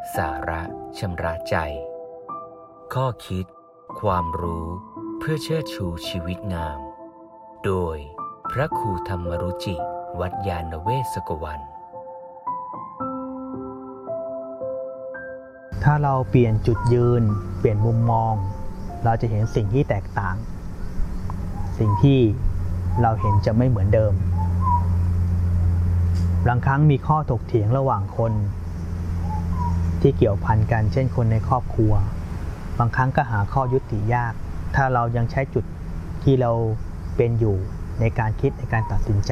สาระชำระใจข้อคิดความรู้เพื่อเชิดชูชีวิตงามโดยพระครูธรรมรุจิ วัดยานเวศกวันถ้าเราเปลี่ยนจุดยืนเปลี่ยนมุมมองเราจะเห็นสิ่งที่แตกต่างสิ่งที่เราเห็นจะไม่เหมือนเดิมบางครั้งมีข้อถกเถียงระหว่างคนที่เกี่ยวพันกันเช่นคนในครอบครัวบางครั้งก็หาข้อยุติยากถ้าเรายังใช้จุดที่เราเป็นอยู่ในการคิดในการตัดสินใจ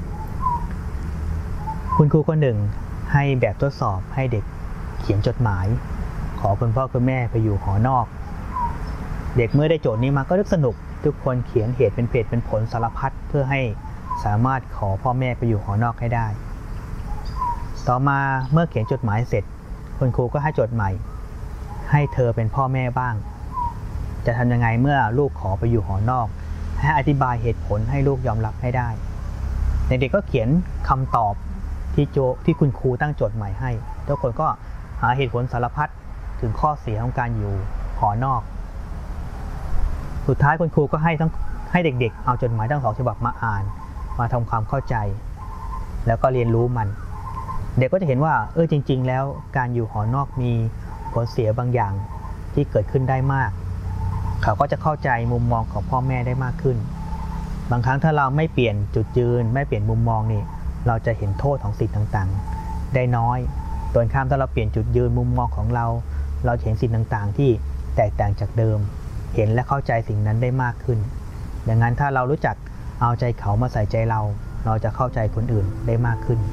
คุณครูคนหนึ่งให้แบบทดสอบให้เด็กเขียนจดหมายขอคุณพ่อคุณแม่ไปอยู่หอนอกเด็กเมื่อได้โจทย์นี้มาก็นึกสนุกทุกคนเขียนเหตุเป็นผลสารพัดเพื่อให้สามารถขอพ่อแม่ไปอยู่หอนอกให้ได้ต่อมาเมื่อเขียนจดหมายเสร็จคุณครูก็ให้โจทย์ใหม่ให้เธอเป็นพ่อแม่บ้างจะทำยังไงเมื่อลูกขอไปอยู่หอนอกให้อธิบายเหตุผลให้ลูกยอมรับให้ได้เด็กๆก็เขียนคำตอบที่คุณครูตั้งโจทย์ใหม่ให้ทุกคนก็หาเหตุผลสารพัดถึงข้อเสียของการอยู่หอนอกสุดท้ายคุณครูก็ให้เด็กๆเอาจดหมายทั้ง2 ฉบับมาอ่านมาทำความเข้าใจแล้วก็เรียนรู้มันเด็กก็จะเห็นว่าจริงๆแล้วการอยู่หอนอกมีผลเสียบางอย่างที่เกิดขึ้นได้มากเขาก็จะเข้าใจมุมมองของพ่อแม่ได้มากขึ้นบางครั้งถ้าเราไม่เปลี่ยนจุดยืนไม่เปลี่ยนมุมมองนี่เราจะเห็นโทษของสิ่งต่างๆได้น้อยตรงข้ามถ้าเราเปลี่ยนจุดยืนมุมมองของเราจะเห็นสิ่งต่างๆที่แตกต่างจากเดิมเห็นและเข้าใจสิ่งนั้นได้มากขึ้นดังนั้นถ้าเรารู้จักเอาใจเขามาใส่ใจเราจะเข้าใจคนอื่นได้มากขึ้น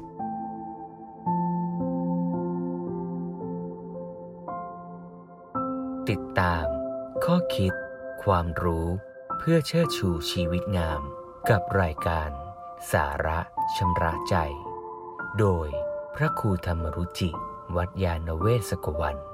ติดตามข้อคิดความรู้เพื่อเชิดชูชีวิตงามกับรายการสาระชำระใจโดยพระครูธรรมรุจิ วัดยานเวศกวัน